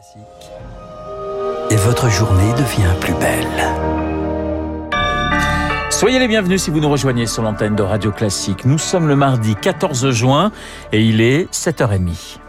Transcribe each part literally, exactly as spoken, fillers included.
Classique. Et votre journée devient plus belle. Soyez les bienvenus si vous nous rejoignez sur l'antenne de Radio Classique. Nous sommes le mardi quatorze juin et il est sept heures trente.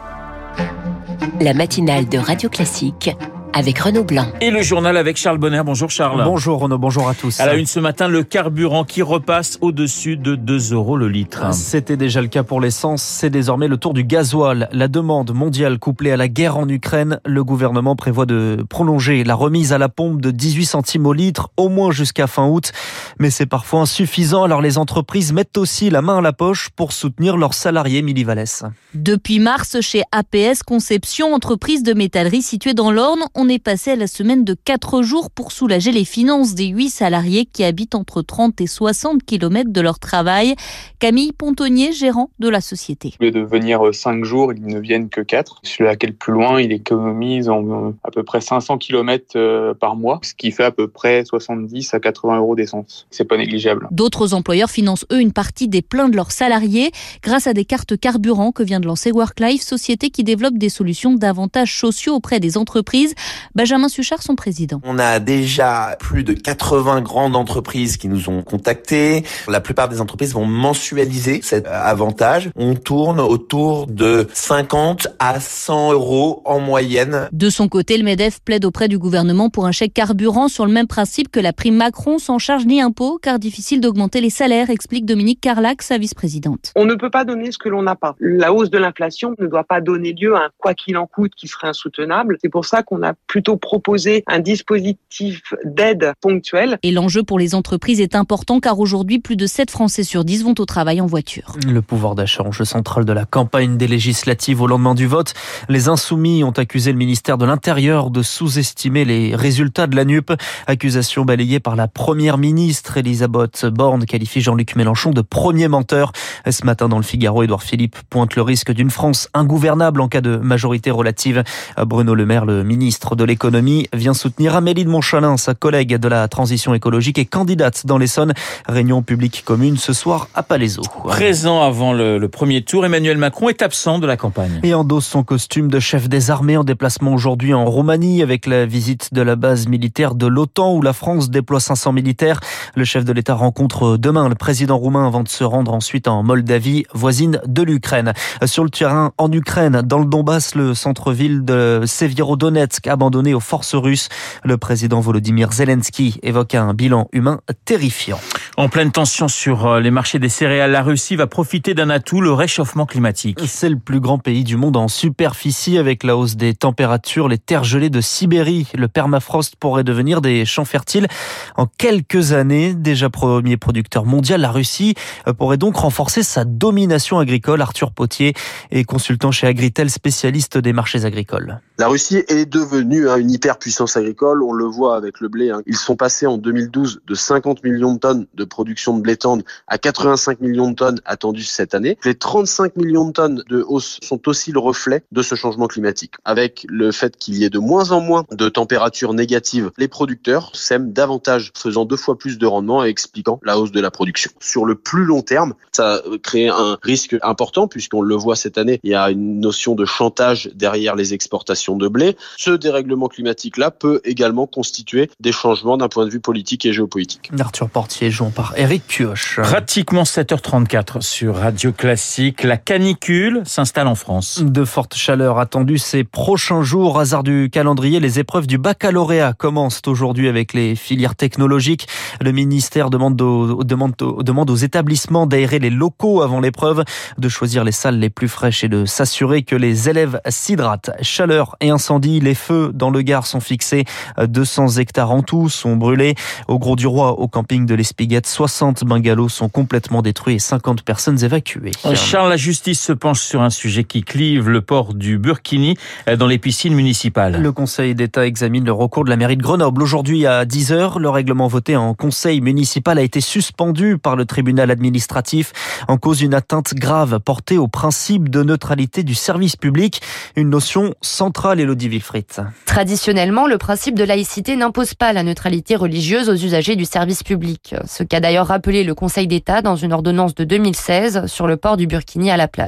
La matinale de Radio Classique avec Renaud Blanc. Et le journal avec Charles Bonner. Bonjour Charles. Bonjour Renaud, bonjour à tous. À la une ce matin, le carburant qui repasse au-dessus de deux euros le litre. C'était déjà le cas pour l'essence, c'est désormais le tour du gasoil. La demande mondiale couplée à la guerre en Ukraine, le gouvernement prévoit de prolonger la remise à la pompe de dix-huit centimes au litre, au moins jusqu'à fin août. Mais c'est parfois insuffisant, alors les entreprises mettent aussi la main à la poche pour soutenir leurs salariés. Milly Vallès. Depuis mars, chez A P S Conception, entreprise de métallerie située dans l'Orne, on est passé à la semaine de quatre jours pour soulager les finances des huit salariés qui habitent entre trente et soixante kilomètres de leur travail. Camille Pontonnier, gérant de la société. Au lieu de venir cinq jours, ils ne viennent que quatre. Celui-là qui est le plus loin, il économise en à peu près cinq cents kilomètres par mois, ce qui fait à peu près soixante-dix à quatre-vingts euros d'essence. C'est pas négligeable. D'autres employeurs financent eux une partie des pleins de leurs salariés grâce à des cartes carburant que vient de lancer Worklife, société qui développe des solutions d'avantages sociaux auprès des entreprises. Benjamin Suchard, son président. On a déjà plus de quatre-vingts grandes entreprises qui nous ont contactés. La plupart des entreprises vont mensualiser cet avantage. On tourne autour de cinquante à cent euros en moyenne. De son côté, le MEDEF plaide auprès du gouvernement pour un chèque carburant sur le même principe que la prime Macron, sans charge ni impôt, car difficile d'augmenter les salaires, explique Dominique Carlac, sa vice-présidente. On ne peut pas donner ce que l'on n'a pas. La hausse de l'inflation ne doit pas donner lieu à un quoi qu'il en coûte qui serait insoutenable. C'est pour ça qu'on a plutôt proposer un dispositif d'aide ponctuelle. Et l'enjeu pour les entreprises est important car aujourd'hui, plus de sept Français sur dix vont au travail en voiture. Le pouvoir d'achat, enjeu central de la campagne des législatives au lendemain du vote. Les Insoumis ont accusé le ministère de l'Intérieur de sous-estimer les résultats de la N U P. Accusation balayée par la première ministre Elisabeth Borne, qualifie Jean-Luc Mélenchon de premier menteur. Ce matin dans le Figaro, Édouard Philippe pointe le risque d'une France ingouvernable en cas de majorité relative. Bruno Le Maire, le ministre de l'économie, vient soutenir Amélie de Montchalin, sa collègue de la transition écologique et candidate dans l'Essonne. Réunion publique commune ce soir à Palaiseau. Présent avant le, le premier tour, Emmanuel Macron est absent de la campagne. Et endosse son costume de chef des armées en déplacement aujourd'hui en Roumanie avec la visite de la base militaire de l'OTAN où la France déploie cinq cents militaires. Le chef de l'État rencontre demain le président roumain avant de se rendre ensuite en Moldavie, voisine de l'Ukraine. Sur le terrain en Ukraine, dans le Donbass, le centre-ville de Sévierodonetsk abandonné aux forces russes. Le président Volodymyr Zelensky évoque un bilan humain terrifiant. En pleine tension sur les marchés des céréales, la Russie va profiter d'un atout, le réchauffement climatique. C'est le plus grand pays du monde en superficie avec la hausse des températures, les terres gelées de Sibérie. Le permafrost pourrait devenir des champs fertiles en quelques années. Déjà premier producteur mondial, la Russie pourrait donc renforcer sa domination agricole. Arthur Potier est consultant chez Agritel, spécialiste des marchés agricoles. La Russie est devenue hein, une hyperpuissance agricole, on le voit avec le blé. Hein. Ils sont passés en deux mille douze de cinquante millions de tonnes de production de blé tendre à quatre-vingt-cinq millions de tonnes attendues cette année. Les trente-cinq millions de tonnes de hausse sont aussi le reflet de ce changement climatique. Avec le fait qu'il y ait de moins en moins de températures négatives, les producteurs sèment davantage, faisant deux fois plus de rendement et expliquant la hausse de la production. Sur le plus long terme, ça crée un risque important puisqu'on le voit cette année, il y a une notion de chantage derrière les exportations de blé. Ce dérèglement climatique-là peut également constituer des changements d'un point de vue politique et géopolitique. Arthur Portier, joué par Éric Kioch. Pratiquement sept heures trente-quatre sur Radio Classique. La canicule s'installe en France. De fortes chaleurs attendues ces prochains jours. Hasard du calendrier, les épreuves du baccalauréat commencent aujourd'hui avec les filières technologiques. Le ministère demande aux, demande aux, demande aux établissements d'aérer les locaux avant l'épreuve, de choisir les salles les plus fraîches et de s'assurer que les élèves s'hydratent. Chaleur et incendie, les feux dans le Gard sont fixés. deux cents hectares en tout sont brûlés. Au Gros du Roi, au camping de l'Espiguette, soixante bungalows sont complètement détruits et cinquante personnes évacuées. Charles, la justice se penche sur un sujet qui clive le port du Burkini dans les piscines municipales. Le Conseil d'État examine le recours de la mairie de Grenoble. Aujourd'hui à dix heures, le règlement voté en conseil municipal a été suspendu par le tribunal administratif en cause d'une atteinte grave portée au principe de neutralité du service public, une notion centrale, Élodie Wilfried. Traditionnellement, le principe de laïcité n'impose pas la neutralité religieuse aux usagers du service public. Ce qu'a d'ailleurs rappelé le Conseil d'État dans une ordonnance de deux mille seize sur le port du burkini à la plage.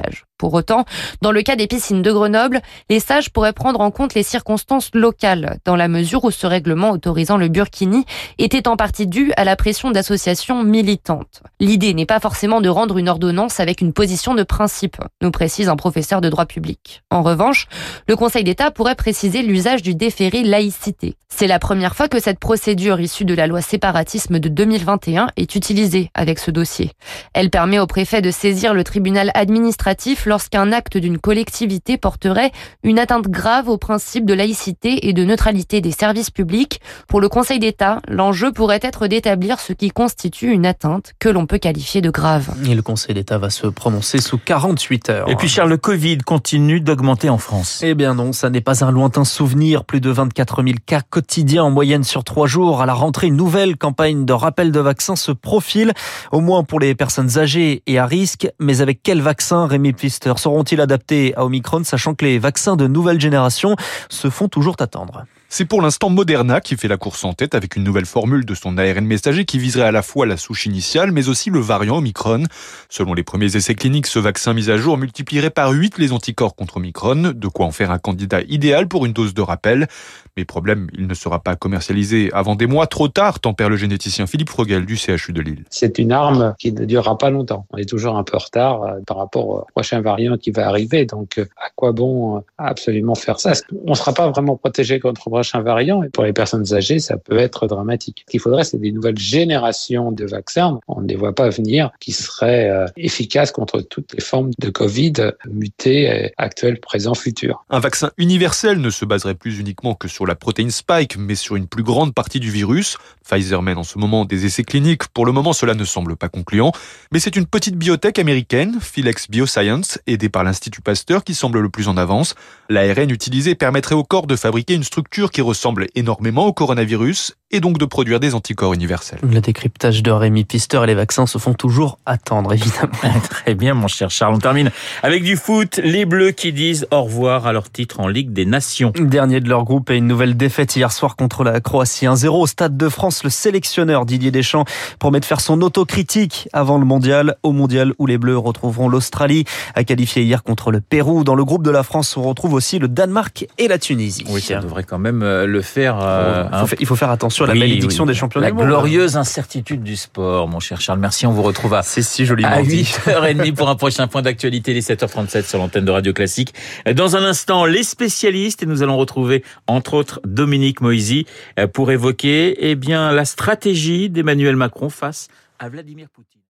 Pour autant, dans le cas des piscines de Grenoble, les sages pourraient prendre en compte les circonstances locales, dans la mesure où ce règlement autorisant le burkini était en partie dû à la pression d'associations militantes. L'idée n'est pas forcément de rendre une ordonnance avec une position de principe, nous précise un professeur de droit public. En revanche, le Conseil d'État pourrait préciser l'usage du déféré laïcité. C'est la première fois que cette procédure issue de la loi séparatisme de deux mille vingt et un est utilisée avec ce dossier. Elle permet au préfet de saisir le tribunal administratif lorsqu'un acte d'une collectivité porterait une atteinte grave au principe de laïcité et de neutralité des services publics. Pour le Conseil d'État, l'enjeu pourrait être d'établir ce qui constitue une atteinte que l'on peut qualifier de grave. Et le Conseil d'État va se prononcer sous quarante-huit heures. Et puis Charles, le Covid continue d'augmenter en France. Eh bien non, ça n'est pas un lointain souvenir. Plus de vingt-quatre mille cas quotidiens en moyenne sur trois jours. À la rentrée, une nouvelle campagne de rappel de vaccins se profile, au moins pour les personnes âgées et à risque. Mais avec quel vaccin, Rémi Pfister, seront-ils adaptés à Omicron, sachant que les vaccins de nouvelle génération se font toujours attendre? C'est pour l'instant Moderna qui fait la course en tête avec une nouvelle formule de son A R N messager qui viserait à la fois la souche initiale mais aussi le variant Omicron. Selon les premiers essais cliniques, ce vaccin mis à jour multiplierait par huit les anticorps contre Omicron, de quoi en faire un candidat idéal pour une dose de rappel. Mais problème, il ne sera pas commercialisé avant des mois trop tard, tempère le généticien Philippe Frogel du C H U de Lille. C'est une arme qui ne durera pas longtemps. On est toujours un peu en retard par rapport au prochain variant qui va arriver. Donc, à quoi bon absolument faire ça? On ne sera pas vraiment protégé contre le prochain variant. Et pour les personnes âgées, ça peut être dramatique. Ce qu'il faudrait, c'est des nouvelles générations de vaccins. On ne les voit pas venir, qui seraient euh, efficaces contre toutes les formes de Covid mutées, actuelles, présentes, futures. Un vaccin universel ne se baserait plus uniquement que sur la protéine Spike, mais sur une plus grande partie du virus. Pfizer mène en ce moment des essais cliniques. Pour le moment, cela ne semble pas concluant. Mais c'est une petite biotech américaine, Philex Bioscience, aidée par l'Institut Pasteur, qui semble le plus en avance. L'A R N utilisé permettrait au corps de fabriquer une structure qui ressemble énormément au coronavirus et donc de produire des anticorps universels. Le décryptage de Rémi Pfister et les vaccins se font toujours attendre, évidemment. Très bien, mon cher Charles. On termine avec du foot. Les Bleus qui disent au revoir à leur titre en Ligue des Nations. Dernier de leur groupe et une nouvelle défaite hier soir contre la Croatie. un zéro au Stade de France. Le sélectionneur Didier Deschamps promet de faire son autocritique avant le mondial. Au mondial où les Bleus retrouveront l'Australie, a qualifié hier contre le Pérou. Dans le groupe de la France, on retrouve aussi le Danemark et la Tunisie. Oui, ça devrait quand même le faire. Euh, il, faut faire il faut faire attention à la oui, malédiction oui. des championnats. La glorieuse incertitude du sport, mon cher Charles. Merci, on vous retrouve à, C'est si joliment à huit heures trente pour un prochain point d'actualité, les sept heures trente-sept sur l'antenne de Radio Classique. Dans un instant, les spécialistes, et nous allons retrouver entre autres Dominique Moisy pour évoquer eh bien, la stratégie d'Emmanuel Macron face à Vladimir Poutine.